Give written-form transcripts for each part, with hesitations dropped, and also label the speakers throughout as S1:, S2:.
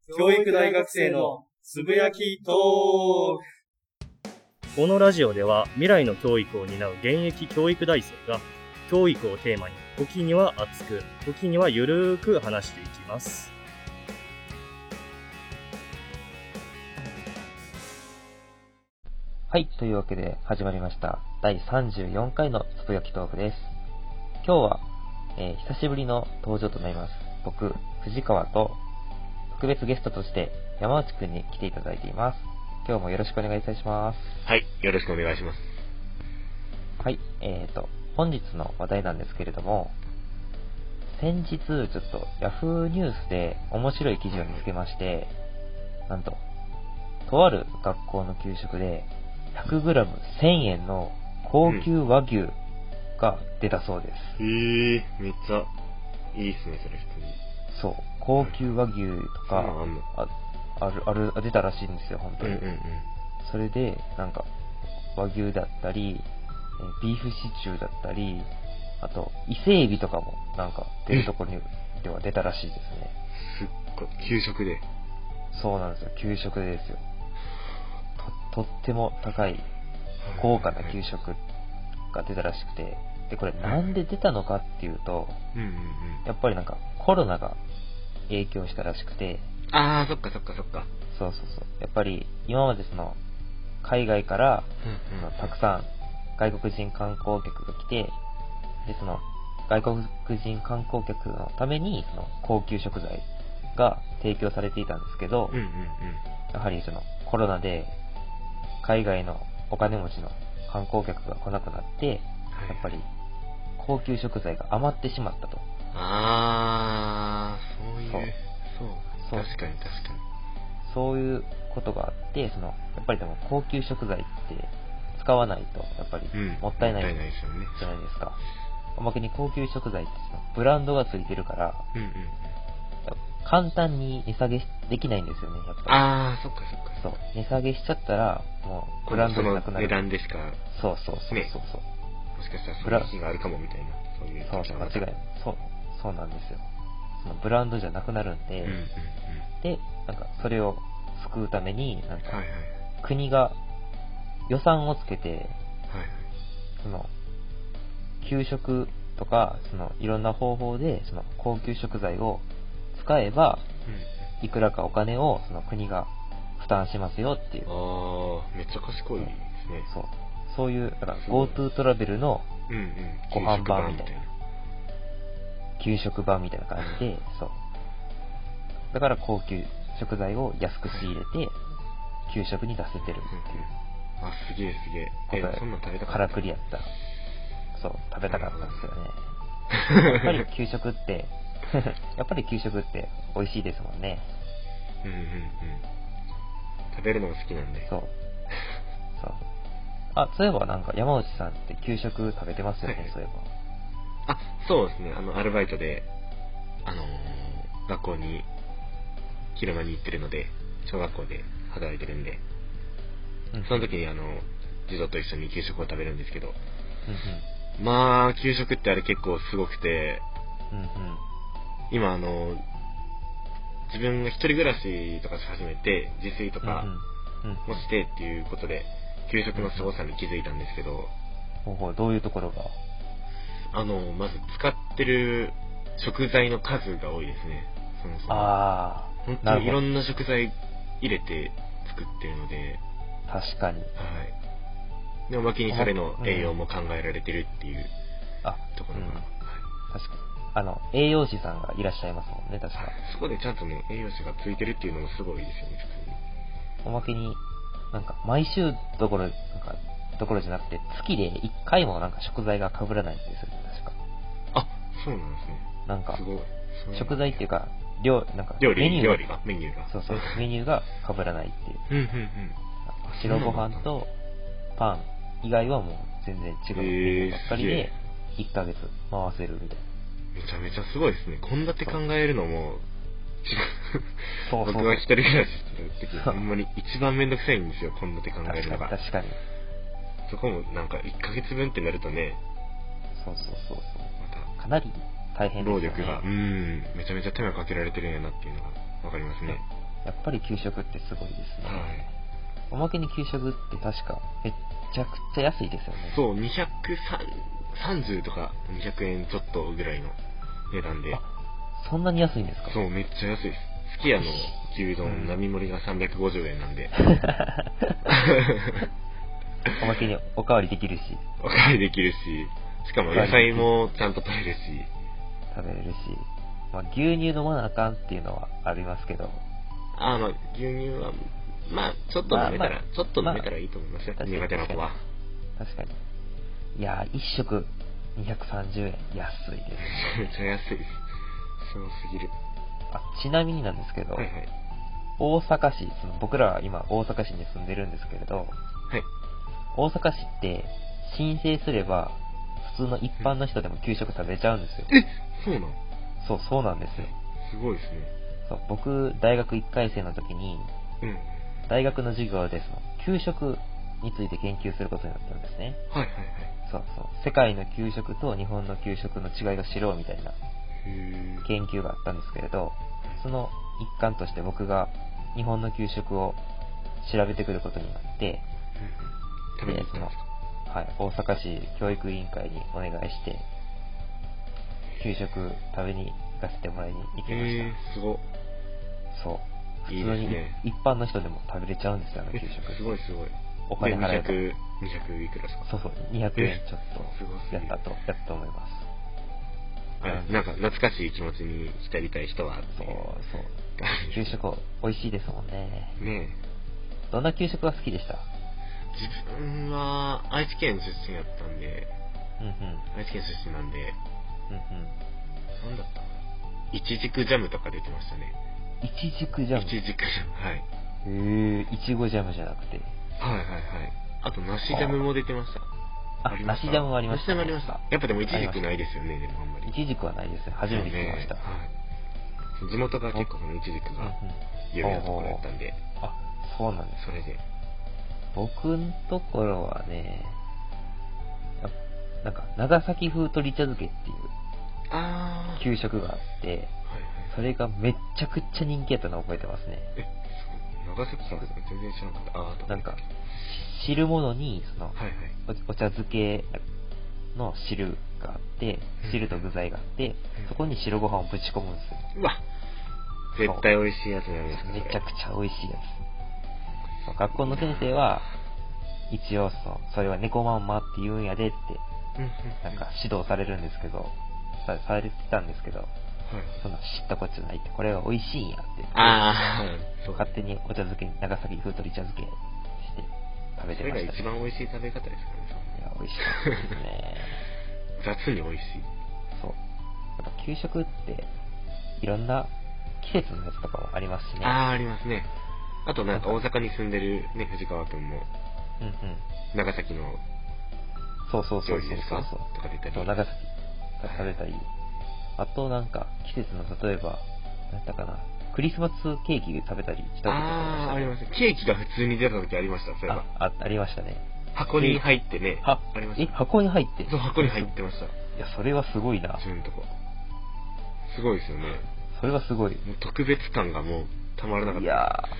S1: 教育大学生のつぶやきトーク。
S2: このラジオでは未来の教育を担う現役教育大生が教育をテーマに時には熱く時にはゆるーく話していきます。
S3: はい、というわけで始まりました第34回のつぶやきトークです。今日は、久しぶりの登場となります。僕、藤川と特別ゲストとして山内くんに来ていただいています。今日もよろしくお願いいたします。
S4: はい、よろしくお願いします。
S3: はい、本日の話題なんですけれども、先日ちょっと Yahoo ニュースで面白い記事を見つけまして、なんと、とある学校の給食で 100g1000 円の高級和牛が出たそうです。
S4: めっちゃいいですね、それ普通に。
S3: そう、高級和牛とか、出たらしいんですよ、本当に。それで、なんか、和牛だったり、ビーフシチューだったり、あと、伊勢エビとかも、なんか、出るところにでは出たらしいですね。
S4: すっごい、給食で。
S3: そうなんですよ、給食でですよ。とっても高い、豪華な給食が出たらしくて、で、これなんで出たのかっていうと、やっぱりなんか、コロナが影響したらしくて、
S4: そっか。
S3: そう。やっぱり、今まで海外から、たくさん外国人観光客が来て、で、外国人観光客のために、高級食材が提供されていたんですけど、やはりコロナで、海外のお金持ちの観光客が来なくなって、やっぱり、高級食材が余ってしまったと。
S4: 確かに。
S3: そういうことがあって、やっぱりでも高級食材って使わないと、やっぱりもったいないじゃないですか。おまけに高級食材ってブランドがついてるから、簡単に値下げできないんですよね、やっぱり。
S4: そっか。
S3: そう。値下げしちゃったら、もうブランドじゃなくなる。
S4: 値段でしか。
S3: そう。
S4: もしかしたらその日があるかもみたいな。そういう。
S3: 間違いない。そうなんですよ。ブランドじゃなくなるんで、で、なんかそれを救うために、なんか国が予算をつけて、給食とかいろんな方法で高級食材を使えば、いくらかお金を国が負担しますよっていう。
S4: めっちゃ賢いですね。
S3: そういうだから GoTo トラベルのご飯版みたいな。給食版みたいな感じで、だから高級食材を安く仕入れて、給食に出せてるっていう。
S4: すげえ。そんなん食べたかった。
S3: からくりやった。そう、食べたかったんですよね。やっぱり給食って美味しいですもんね。
S4: 食べるのも好きなんで。
S3: そう。そういえばなんか山内さんって給食食べてますよね、そういえば。
S4: そうですね。アルバイトで、学校に昼間に行ってるので、小学校で働いてるんで、その時に児童と一緒に給食を食べるんですけど、給食ってあれ結構すごくて、今自分が一人暮らしとかし始めて、自炊とかもしてっていうことで、給食のすごさに気づいたんですけど、
S3: どういうところが？
S4: まず使ってる食材の数が多いですね。本当にいろんな食材入れて作ってるので。
S3: 確かに。
S4: でおまけにそれの栄養も考えられてるっていうところが。
S3: 確かに。栄養士さんがいらっしゃいますもんね、確か。
S4: そこでちゃんとね、栄養士がついてるっていうのもすごいですよね、普通に。
S3: おまけに、なんか毎週どころじゃなくて、月で1回もなんか食材が被らないんですよね、確か。
S4: そうなんですね。
S3: なんか、
S4: すごい。
S3: 食材っていうか、メニューが。メニューが被らないっていう。白ご飯とパン以外はもう全然違うメニューばっかりで、1ヶ月回せるみたいな。
S4: めちゃめちゃすごいですね。献立考えるのも、僕が一人暮らししてる時ほんまに一番めんどくさいんですよ、献立考えるのが。
S3: 確かに。
S4: そこもなんか1ヶ月分ってなるとね、
S3: またかなり大変です
S4: ね。労力がめちゃめちゃ手間かけられてるんやなっていうのがわかりますね。
S3: やっぱり給食ってすごいですね。
S4: はい。
S3: おまけに給食って確かめっちゃくちゃ安いですよね。
S4: そう、230とか200円ちょっとぐらいの値段で。
S3: あ、そんなに安いんですか？
S4: そう、めっちゃ安いです。すき家の牛丼並盛りが350円なんで。
S3: おまけにおかわりできるし。
S4: おかわりできるし、しかも野菜もちゃんと取れるし。
S3: 食べれるし。まあ、牛乳飲まなあかんっていうのはありますけど。
S4: 牛乳は、まあ、ちょっと飲めたら、
S3: まあ
S4: ちょっと飲めたらいいと思いますよ。
S3: 確かに
S4: 苦手な子は。
S3: 確かに。いやー、一食230円。安いです。
S4: めっちゃ安いです。すごすぎる。
S3: あ、ちなみになんですけど、
S4: はいはい。
S3: 大阪市、僕らは今大阪市に住んでるんですけれど、
S4: はい。
S3: 大阪市って申請すれば普通の一般の人でも給食食べちゃうんですよ。
S4: そうなの？
S3: そうなんですよ。
S4: すごいですね。
S3: そう僕、大学1回生の時に、
S4: うん。
S3: 大学の授業で給食について研究することになったんですね。
S4: はいはいはい。
S3: そう。世界の給食と日本の給食の違いを知ろうみたいな
S4: へー。
S3: 研究があったんですけれど、その一環として僕が日本の給食を調べてくることになって、
S4: 食べに行ったんですか？
S3: はい、大阪市教育委員会にお願いして、給食食べに行かせてもらいに行きました。
S4: すごっ。
S3: そう。普
S4: いい
S3: 通に
S4: ですね。
S3: 一般の人でも食べれちゃうんですよ、給食。
S4: すごいすごい。
S3: お金払えば。
S4: 200いくらですか？
S3: そう、200円ちょっ
S4: すごすぎる
S3: とやったと思います。
S4: なんか懐かしい気持ちに浸りたい人はっていう。
S3: そう。給食美味しいですもんね。
S4: ねえ。
S3: どんな給食が好きでした？
S4: 自分は愛知県出身やったんで、
S3: うんうん。
S4: 愛知県出身なんで、
S3: うんうん。
S4: なんだったいちじくジャムとか出てましたね。
S3: いちじくジャム。
S4: いちじくジャム、はい。
S3: いちごジャムじゃなくて。
S4: はいはいはい。あと、梨ジャムも出てました。
S3: 梨ジャムもありました、
S4: 梨ジャムありました。やっぱでもいちじくないですよね、でもあんまり。
S3: いちじくはないですね。初めて聞きました。
S4: はい。地元が結構そのいちじくが有名なところだったんで。
S3: あ、そうなんです。
S4: それで。
S3: 僕のところはね、なんか、長崎風鶏茶漬けっていう給食があって、それがめっちゃくちゃ人気やったのを覚えてますね。
S4: 長崎さんですね、全然知らなかった。
S3: なんか、汁物に、お茶漬けの汁があって、汁と具材があって、そこに白ご飯をぶち込むんですよ。
S4: うわ、絶対美味しいやつなんですか？
S3: めちゃくちゃ美味しいやつ。学校の先生は、一応それは猫まんまって言うんやでって、なんか指導されるんですけど、されてたんですけど、そんな知ったこっちゃないって、これは美味しいんやって。勝手にお茶漬け、長崎風鶏茶漬けして食べてました、ね。
S4: それが一番美味しい食べ方ですからね。
S3: いや、美味しかったですね。
S4: 雑に美味しい。
S3: そう。やっぱ給食って、いろんな季節のやつとかもありますしね。
S4: ありますね。あとなんか大阪に住んでるね、藤川くんも、長崎の
S3: そう
S4: 料理ですかとか出たり。
S3: 長崎が食べたり。あとなんか季節の例えば、なんだかな、クリスマスケーキ食べたりしたこと
S4: ありますね。ケーキが普通に出た時ありました、そういえば。
S3: ありましたね。
S4: 箱に入ってね。ありました。
S3: 箱に入って？
S4: そう、箱に入ってました。い
S3: や、それはすごいな。
S4: 自分のとこ。すごいですよね。
S3: それはすごい。
S4: もう特別感がもうたまらなかった。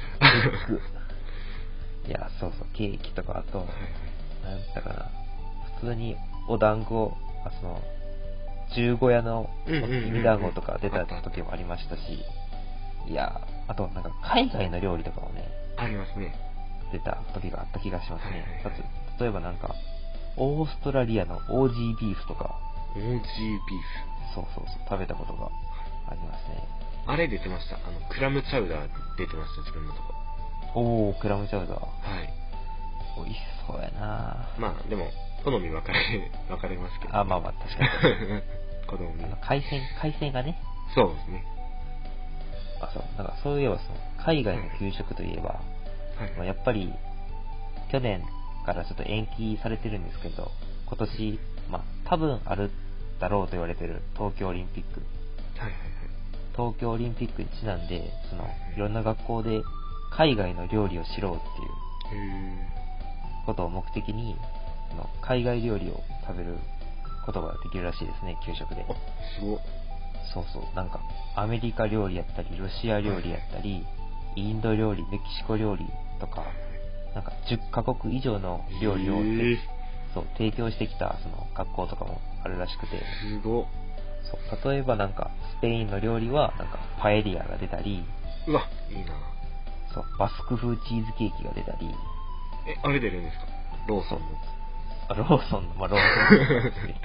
S3: いや、そう、ケーキとか、あと、なんだかな、普通にお団子、十五夜のきび団子とか出た時もありましたし、いや、あとなんか海外の料理とかもね、
S4: ありますね。
S3: 出た時があった気がしますね。例えばなんか、オーストラリアのオージービーフとか、
S4: オージービーフ。
S3: そう、食べたことがありますね。
S4: あれ出てました。クラムチャウダー出てました、自分のとこ。
S3: クラムチャウダー。
S4: はい。
S3: 美味しそうやな。
S4: まあ、でも、好み分かれますけど、ね。
S3: まあ、確かに。
S4: 好み。
S3: 海鮮がね。
S4: そうですね。
S3: なんかそういえば海外の給食といえば、やっぱり、去年からちょっと延期されてるんですけど、今年、多分あるだろうと言われてる東京オリンピック。東京オリンピックにちなんで、いろんな学校で海外の料理を知ろうっていうことを目的に、海外料理を食べることができるらしいですね、給食で。
S4: すごい。
S3: なんか、アメリカ料理やったり、ロシア料理やったり、 インド料理、メキシコ料理とか、なんか10カ国以上の料理を、そう提供してきたその学校とかもあるらしくて、
S4: すごっ。
S3: そう例えばなんかスペインの料理はなんかパエリアが出たり、
S4: うわ、いいな。
S3: そうバスク風チーズケーキが出たり、
S4: あれ出るんですか？ローソンの。
S3: ローソンの、ローソンのですね。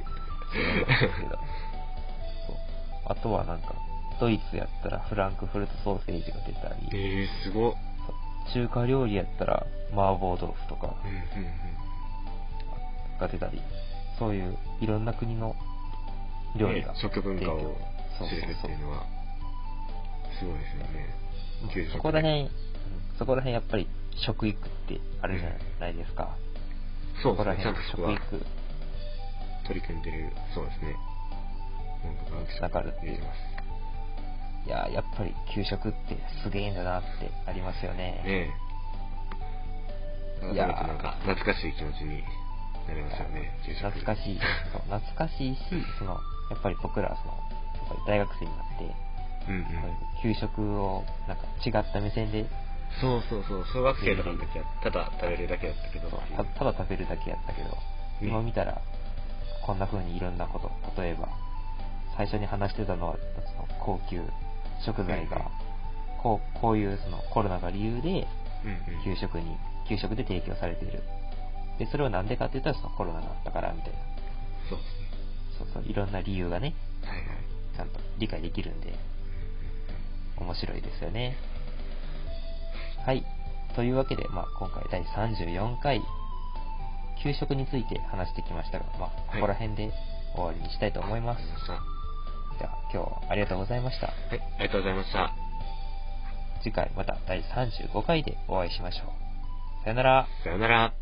S3: そうあとはなんかドイツやったらフランクフルトソーセージが出たり、
S4: すごっ。
S3: 中華料理やったら麻婆豆腐とかが出たり、そういういろんな国の料理が、
S4: 食文化を知れるっていうのはすごいですよね。
S3: そこら辺やっぱり食育ってあるじゃないですか。
S4: そうですね。ちゃんとそこは
S3: 食育
S4: 取り組んでる。そうですね。
S3: だからっていう。いややっぱり給食ってすげえんだなってありますよね。
S4: ねえ。いやなんか懐かしい気持ちになりますよね。給食。
S3: 懐かしいし、そのやっぱり僕らそのやっぱり大学生になって、給食をなんか違った目線で、
S4: そう小学生とかの時はただ食べるだけだったけど、
S3: ただ食べるだけやったけど、今見たらこんな風にいろんなこと、例えば最初に話してたのはその高級食材が、こういうそのコロナが理由で給食で提供されている。でそれはなんでかって言ったらそのコロナがあったからみたいな。そういろんな理由がね、ちゃんと理解できるんで面白いですよね。はい。というわけで、今回第34回給食について話してきましたが、ここら辺で終わりにしたいと思います。じゃあ今日はありがとうございました。
S4: はい、ありがとうございました。
S3: 次回また第35回でお会いしましょう。さよなら。
S4: さよなら。